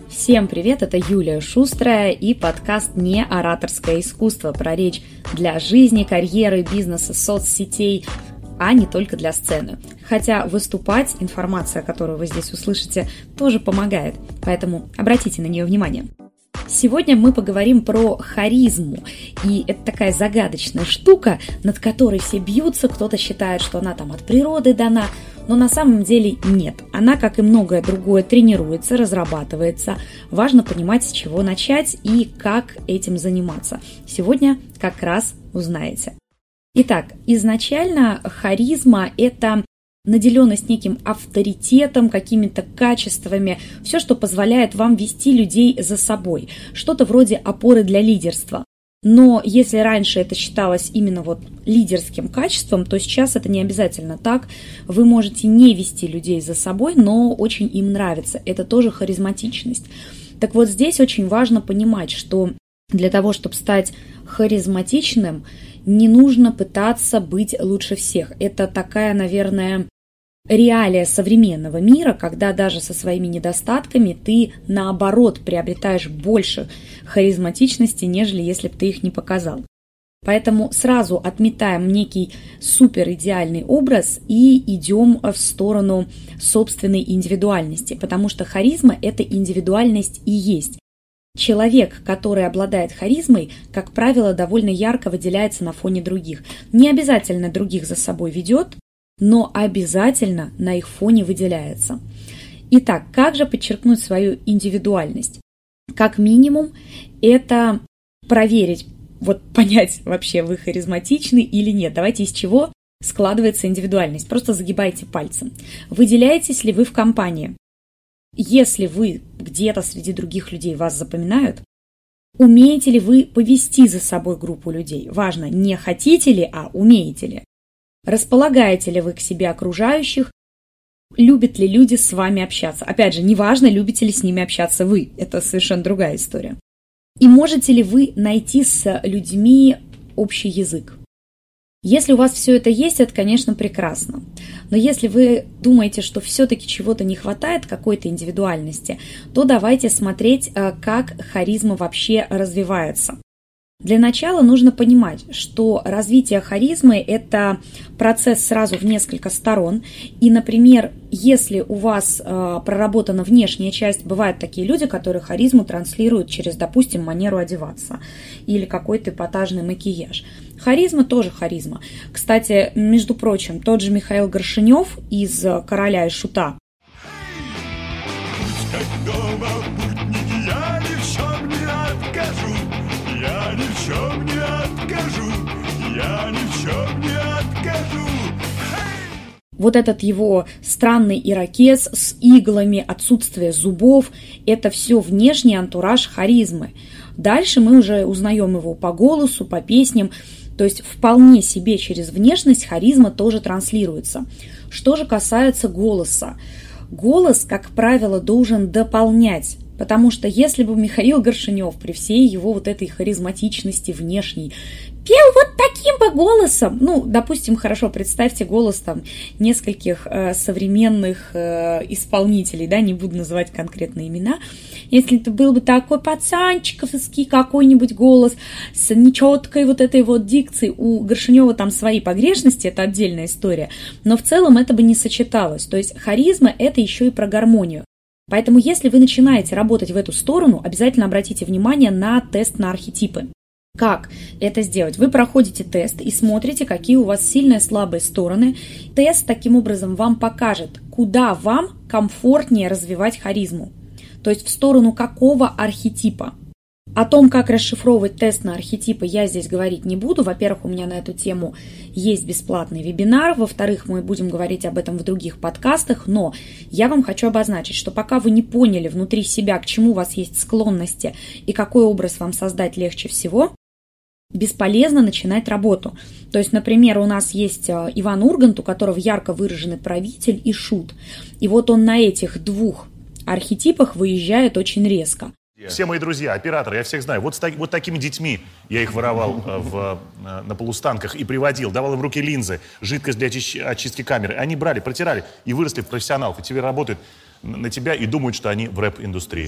Всем привет, это Юлия Шустрая и подкаст «Не ораторское искусство» про речь для жизни, карьеры, бизнеса, соцсетей, а не только для сцены. Хотя выступать, информация, которую вы здесь услышите, тоже помогает, поэтому обратите на нее внимание. Сегодня мы поговорим про харизму, и это такая загадочная штука, над которой все бьются, кто-то считает, что она там от природы дана, но на самом деле нет. Она, как и многое другое, тренируется, разрабатывается. Важно понимать, с чего начать и как этим заниматься. Сегодня как раз узнаете. Итак, изначально харизма – это наделенность неким авторитетом, какими-то качествами, все, что позволяет вам вести людей за собой, что-то вроде опоры для лидерства. Но если раньше это считалось именно лидерским качеством, то сейчас это не обязательно так. Вы можете не вести людей за собой, но очень им нравится. Это тоже харизматичность. Так вот, здесь очень важно понимать, что для того, чтобы стать харизматичным, не нужно пытаться быть лучше всех. Это такая, наверное, реалия современного мира, когда даже со своими недостатками ты, наоборот, приобретаешь больше харизматичности, нежели если бы ты их не показал. Поэтому сразу отметаем некий суперидеальный образ и идем в сторону собственной индивидуальности, потому что харизма – это индивидуальность и есть. Человек, который обладает харизмой, как правило, довольно ярко выделяется на фоне других. Не обязательно других за собой ведет, но обязательно на их фоне выделяется. Итак, как же подчеркнуть свою индивидуальность? Как минимум, это проверить, понять вообще, вы харизматичны или нет. Давайте из чего складывается индивидуальность. Просто загибайте пальцы. Выделяетесь ли вы в компании? Если вы где-то среди других людей вас запоминают, умеете ли вы повести за собой группу людей? Важно, не хотите ли, а умеете ли. Располагаете ли вы к себе окружающих? Любят ли люди с вами общаться? Опять же, неважно, любите ли с ними общаться вы. Это совершенно другая история. И можете ли вы найти с людьми общий язык? Если у вас все это есть, это, конечно, прекрасно. Но если вы думаете, что все-таки чего-то не хватает, какой-то индивидуальности, то давайте смотреть, как харизма вообще развивается. Для начала нужно понимать, что развитие харизмы – это процесс сразу в несколько сторон. И, например, если у вас проработана внешняя часть, бывают такие люди, которые харизму транслируют через, допустим, манеру одеваться или какой-то эпатажный макияж. Харизма тоже харизма. Кстати, между прочим, тот же Михаил Горшенев из «Короля и Шута». Я ни в чем не откажу, я ни в чем не откажу. Этот его странный ирокез с иглами, отсутствие зубов – это все внешний антураж харизмы. Дальше мы уже узнаем его по голосу, по песням. То есть вполне себе через внешность харизма тоже транслируется. Что же касается голоса. Голос, как правило, должен дополнять. Потому что если бы Михаил Горшенев при всей его этой харизматичности внешней пел таким бы голосом, допустим, хорошо, представьте голос нескольких современных исполнителей, не буду называть конкретные имена, если это был бы такой пацанчиковский какой-нибудь голос с нечеткой этой дикцией, у Горшенева там свои погрешности, это отдельная история, но в целом это бы не сочеталось, то есть харизма – это еще и про гармонию. Поэтому, если вы начинаете работать в эту сторону, обязательно обратите внимание на тест на архетипы. Как это сделать? Вы проходите тест и смотрите, какие у вас сильные и слабые стороны. Тест таким образом вам покажет, куда вам комфортнее развивать харизму. То есть в сторону какого архетипа. О том, как расшифровывать тест на архетипы, я здесь говорить не буду. Во-первых, у меня на эту тему есть бесплатный вебинар. Во-вторых, мы будем говорить об этом в других подкастах. Но я вам хочу обозначить, что пока вы не поняли внутри себя, к чему у вас есть склонности и какой образ вам создать легче всего, бесполезно начинать работу. То есть, например, у нас есть Иван Ургант, у которого ярко выраженный правитель и шут. И он на этих двух архетипах выезжает очень резко. Все мои друзья, операторы, я всех знаю. Вот такими детьми я их воровал на полустанках и приводил, давал им в руки линзы, жидкость для очистки камеры. Они брали, протирали и выросли в профессионалов. И теперь работают на тебя и думают, что они в рэп-индустрии.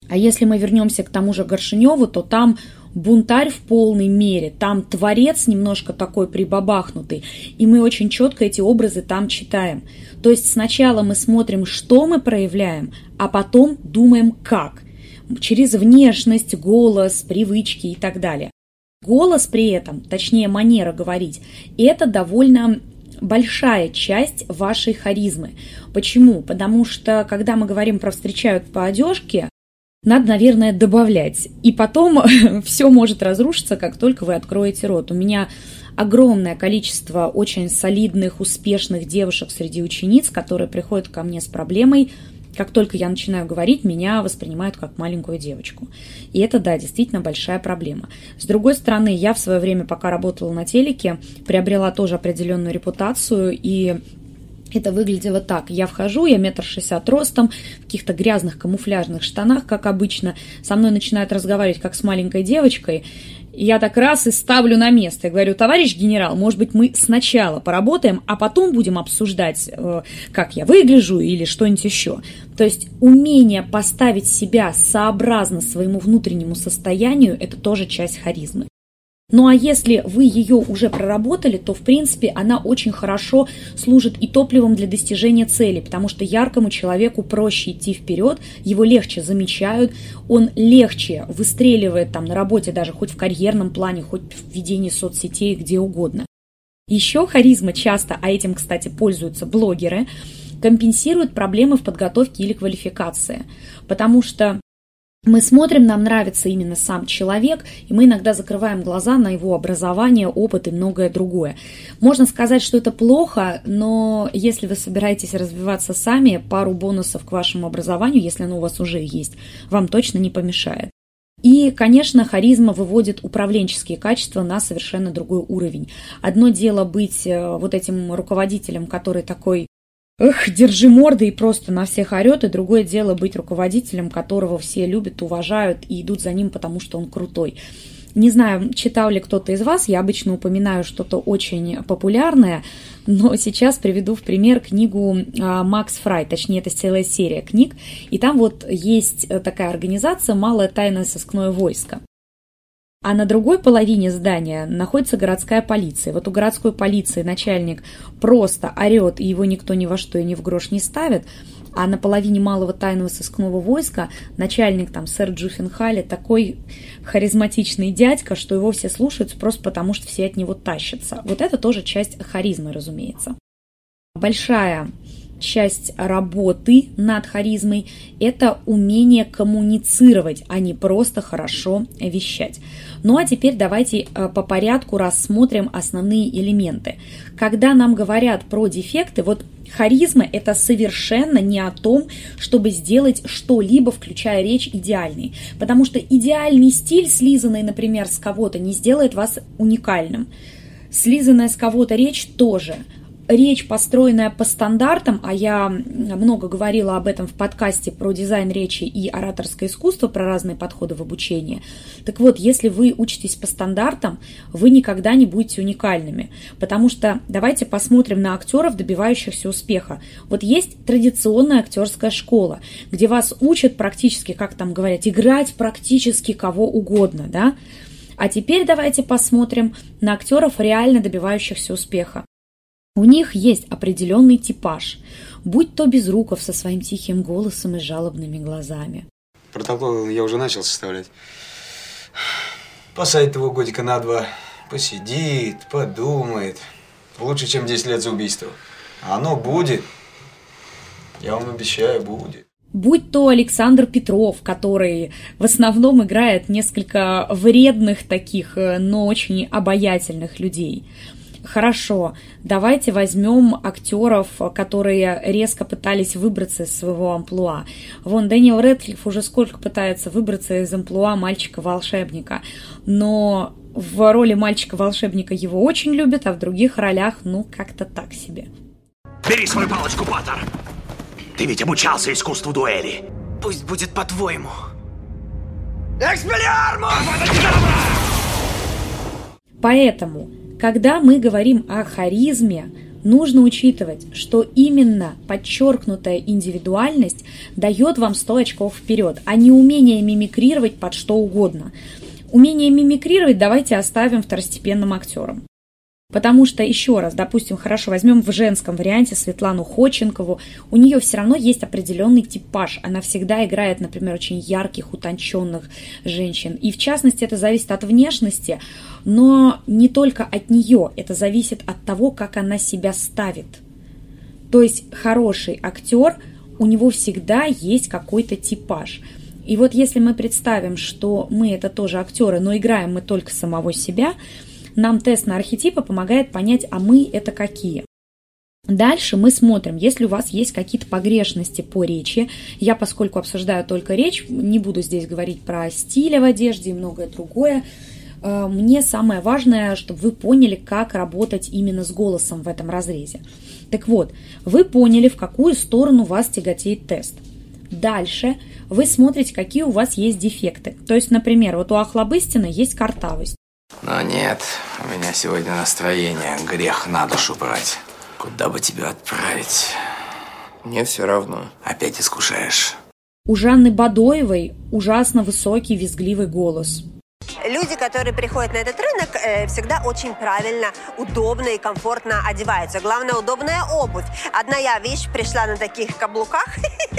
А если мы вернемся к тому же Горшеневу, то там бунтарь в полной мере, там творец немножко такой прибабахнутый, и мы очень четко эти образы там читаем. То есть сначала мы смотрим, что мы проявляем, а потом думаем, как. Через внешность, голос, привычки и так далее. Голос при этом, точнее манера говорить, это довольно большая часть вашей харизмы. Почему? Потому что, когда мы говорим про «встречают по одежке», надо, наверное, добавлять. И потом все может разрушиться, как только вы откроете рот. У меня огромное количество очень солидных, успешных девушек среди учениц, которые приходят ко мне с проблемой. Как только я начинаю говорить, меня воспринимают как маленькую девочку. И это, да, действительно большая проблема. С другой стороны, я в свое время, пока работала на телеке, приобрела тоже определенную репутацию, и это выглядело так. Я вхожу, я 1,60 м ростом, в каких-то грязных камуфляжных штанах, как обычно. Со мной начинают разговаривать, как с маленькой девочкой. И я так раз и ставлю на место. Я говорю: товарищ генерал, может быть, мы сначала поработаем, а потом будем обсуждать, как я выгляжу или что-нибудь еще. То есть умение поставить себя сообразно своему внутреннему состоянию – это тоже часть харизмы. Ну а если вы ее уже проработали, то, в принципе, она очень хорошо служит и топливом для достижения цели, потому что яркому человеку проще идти вперед, его легче замечают, он легче выстреливает там на работе, даже хоть в карьерном плане, хоть в ведении соцсетей, где угодно. Еще харизма часто, а этим, кстати, пользуются блогеры, компенсирует проблемы в подготовке или квалификации, потому что мы смотрим, нам нравится именно сам человек, и мы иногда закрываем глаза на его образование, опыт и многое другое. Можно сказать, что это плохо, но если вы собираетесь развиваться сами, пару бонусов к вашему образованию, если оно у вас уже есть, вам точно не помешает. И, конечно, харизма выводит управленческие качества на совершенно другой уровень. Одно дело быть вот этим руководителем, который такой: держи морды и просто на всех орет, и другое дело быть руководителем, которого все любят, уважают и идут за ним, потому что он крутой. Не знаю, читал ли кто-то из вас, я обычно упоминаю что-то очень популярное, но сейчас приведу в пример книгу Макс Фрай, точнее, это целая серия книг, и там вот есть такая организация «Малое тайное сыскное войско». А на другой половине здания находится городская полиция. Вот у городской полиции начальник просто орет, и его никто ни во что и ни в грош не ставит. А на половине малого тайного сыскного войска начальник там сэр Джуффенхалли такой харизматичный дядька, что его все слушаются просто потому, что все от него тащатся. Вот это тоже часть харизмы, разумеется. Большая часть работы над харизмой – это умение коммуницировать, а не просто хорошо вещать. Ну а теперь давайте по порядку рассмотрим основные элементы. Когда нам говорят про дефекты, вот харизма – это совершенно не о том, чтобы сделать что-либо, включая речь, идеальной. Потому что идеальный стиль, слизанный, например, с кого-то, не сделает вас уникальным. Слизанная с кого-то речь тоже. Речь, построенная по стандартам, а я много говорила об этом в подкасте про дизайн речи и ораторское искусство, про разные подходы в обучении. Так вот, если вы учитесь по стандартам, вы никогда не будете уникальными. Потому что давайте посмотрим на актеров, добивающихся успеха. Вот есть традиционная актерская школа, где вас учат практически, как там говорят, играть практически кого угодно, да? А теперь давайте посмотрим на актеров, реально добивающихся успеха. У них есть определенный типаж, будь то Безруков со своим тихим голосом и жалобными глазами. Протокол я уже начал составлять. Посадить его годика на 2. Посидит, подумает. Лучше, чем 10 лет за убийство. А оно будет. Я вам обещаю, будет. Будь то Александр Петров, который в основном играет несколько вредных таких, но очень обаятельных людей. Хорошо, давайте возьмем актеров, которые резко пытались выбраться из своего амплуа. Вон Дэниел Рэдклифф уже сколько пытается выбраться из амплуа мальчика-волшебника, но в роли мальчика-волшебника его очень любят, а в других ролях, ну, как-то так себе. Бери свою палочку, Поттер. Ты ведь обучался искусству дуэли. Пусть будет по-твоему. Экспеллиармус! Поэтому, когда мы говорим о харизме, нужно учитывать, что именно подчеркнутая индивидуальность дает вам 100 очков вперед, а не умение мимикрировать под что угодно. Умение мимикрировать давайте оставим второстепенным актерам. Потому что, еще раз, допустим, хорошо, возьмем в женском варианте Светлану Ходченкову, у нее все равно есть определенный типаж. Она всегда играет, например, очень ярких, утонченных женщин. И в частности, это зависит от внешности, но не только от нее, это зависит от того, как она себя ставит. То есть хороший актер, у него всегда есть какой-то типаж. И вот если мы представим, что мы это тоже актеры, но играем мы только самого себя, нам тест на архетипы помогает понять, а мы это какие. Дальше мы смотрим, если у вас есть какие-то погрешности по речи. Я, поскольку обсуждаю только речь, не буду здесь говорить про стиль в одежде и многое другое. Мне самое важное, чтобы вы поняли, как работать именно с голосом в этом разрезе. Так вот, вы поняли, в какую сторону вас тяготеет тест. Дальше вы смотрите, какие у вас есть дефекты. То есть, например, вот у Охлобыстина есть картавость. Но нет, у меня сегодня настроение, грех на душу брать. Куда бы тебя отправить? Мне все равно. Опять искушаешь. У Жанны Бадоевой ужасно высокий визгливый голос. Люди, которые приходят на этот рынок, всегда очень правильно, удобно и комфортно одеваются. Главное, удобная обувь. Одна я, видишь, пришла на таких каблуках.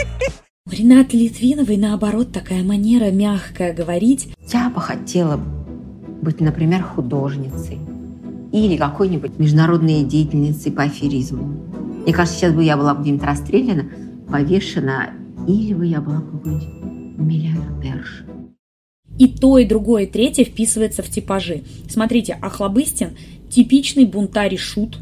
У Ренаты Литвиновой, наоборот, такая манера мягкая говорить. Я бы хотела быть, например, художницей или какой-нибудь международной деятельницей по аферизму. Мне кажется, сейчас бы я была где-нибудь расстреляна, повешена, или бы я была какой-нибудь миллиардерша. И то, и другое, и третье вписывается в типажи. Смотрите, Охлобыстин – типичный бунтарь и шут.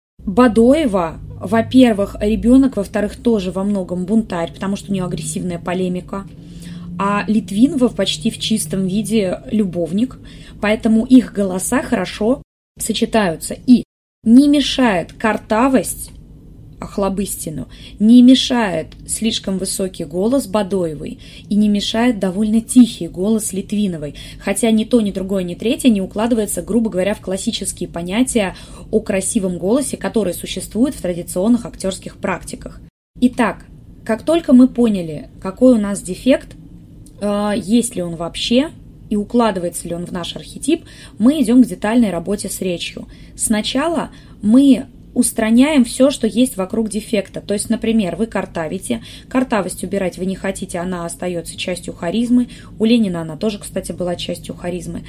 Бадоева, во-первых, ребенок, во-вторых, тоже во многом бунтарь, потому что у нее агрессивная полемика. А Литвинова почти в чистом виде любовник, поэтому их голоса хорошо сочетаются. И не мешает картавость Охлобыстину, не мешает слишком высокий голос Бадоевой и не мешает довольно тихий голос Литвиновой, хотя ни то, ни другое, ни третье не укладывается, грубо говоря, в классические понятия о красивом голосе, которые существуют в традиционных актерских практиках. Итак, как только мы поняли, какой у нас дефект, есть ли он вообще и укладывается ли он в наш архетип, мы идем к детальной работе с речью. Сначала мы устраняем все, что есть вокруг дефекта. То есть, например, вы картавите. Картавость убирать вы не хотите, она остается частью харизмы. У Ленина она тоже, кстати, была частью харизмы.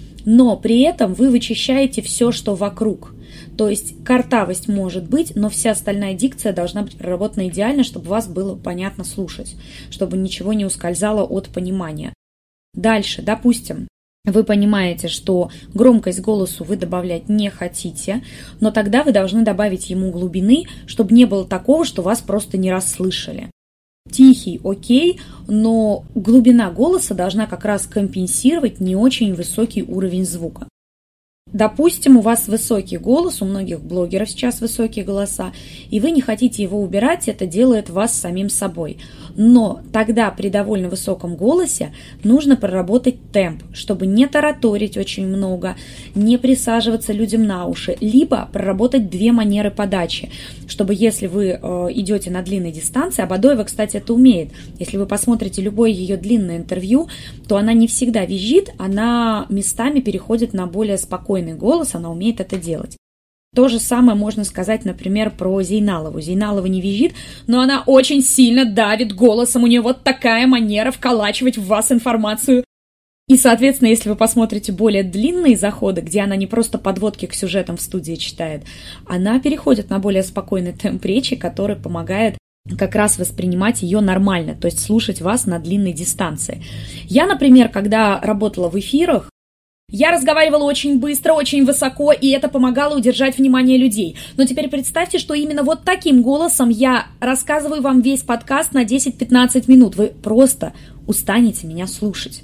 Но при этом вы вычищаете все, что вокруг. То есть картавость может быть, но вся остальная дикция должна быть проработана идеально, чтобы вас было понятно слушать, чтобы ничего не ускользало от понимания. Дальше, допустим, вы понимаете, что громкость голосу вы добавлять не хотите, но тогда вы должны добавить ему глубины, чтобы не было такого, что вас просто не расслышали. Тихий, окей, но глубина голоса должна как раз компенсировать не очень высокий уровень звука. Допустим, у вас высокий голос, у многих блогеров сейчас высокие голоса, и вы не хотите его убирать, это делает вас самим собой. Но тогда при довольно высоком голосе нужно проработать темп, чтобы не тараторить очень много, не присаживаться людям на уши, либо проработать две манеры подачи, чтобы если вы идете на длинной дистанции, а Бадоева, кстати, это умеет, если вы посмотрите любое ее длинное интервью, то она не всегда визжит, она местами переходит на более спокойный голос, она умеет это делать. То же самое можно сказать, например, про Зейналову. Зейналова не визжит, но она очень сильно давит голосом, у нее вот такая манера вколачивать в вас информацию. И, соответственно, если вы посмотрите более длинные заходы, где она не просто подводки к сюжетам в студии читает, она переходит на более спокойный темп речи, который помогает как раз воспринимать ее нормально, то есть слушать вас на длинной дистанции. Я, например, когда работала в эфирах, я разговаривала очень быстро, очень высоко, и это помогало удержать внимание людей. Но теперь представьте, что именно вот таким голосом я рассказываю вам весь подкаст на 10-15 минут. Вы просто устанете меня слушать.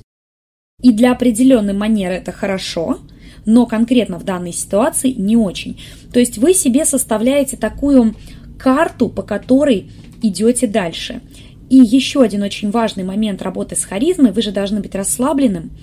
И для определенной манеры это хорошо, но конкретно в данной ситуации не очень. То есть вы себе составляете такую карту, по которой идете дальше. И еще один очень важный момент работы с харизмой. Вы же должны быть расслабленным.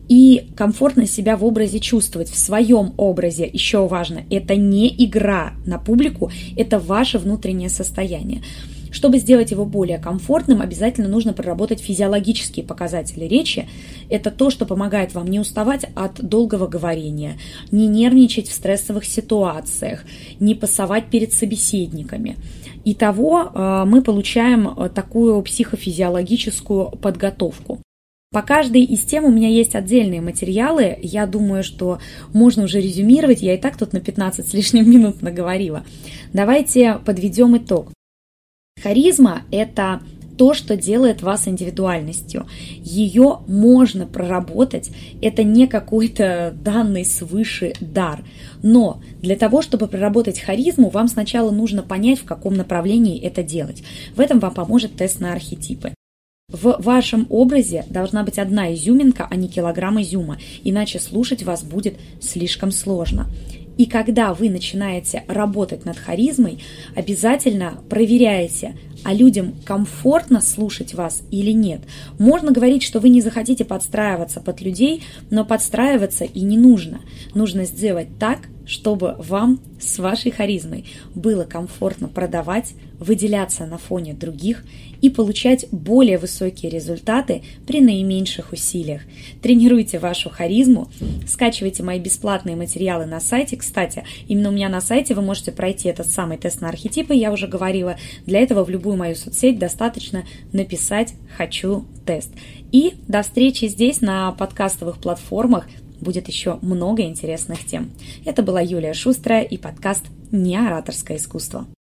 И комфортно себя в образе чувствовать, в своем образе, еще важно, это не игра на публику, это ваше внутреннее состояние. Чтобы сделать его более комфортным, обязательно нужно проработать физиологические показатели речи. Это то, что помогает вам не уставать от долгого говорения, не нервничать в стрессовых ситуациях, не пасовать перед собеседниками. Итого мы получаем такую психофизиологическую подготовку. По каждой из тем у меня есть отдельные материалы. Я думаю, что можно уже резюмировать. Я и так тут на 15 с лишним минут наговорила. Давайте подведем итог. Харизма – это то, что делает вас индивидуальностью. Ее можно проработать, это не какой-то данный свыше дар. Но для того, чтобы проработать харизму, вам сначала нужно понять, в каком направлении это делать. В этом вам поможет тест на архетипы. В вашем образе должна быть одна изюминка, а не килограмм изюма, иначе слушать вас будет слишком сложно. И когда вы начинаете работать над харизмой, обязательно проверяйте, а людям комфортно слушать вас или нет. Можно говорить, что вы не захотите подстраиваться под людей, но подстраиваться и не нужно. Нужно сделать так, чтобы вам с вашей харизмой было комфортно продавать, выделяться на фоне других и получать более высокие результаты при наименьших усилиях. Тренируйте вашу харизму, скачивайте мои бесплатные материалы на сайте. Кстати, именно у меня на сайте вы можете пройти этот самый тест на архетипы, я уже говорила. Для этого в любую мою соцсеть достаточно написать «Хочу тест». И до встречи здесь на подкастовых платформах. Будет еще много интересных тем. Это была Юлия Шустрая и подкаст «Неораторское искусство».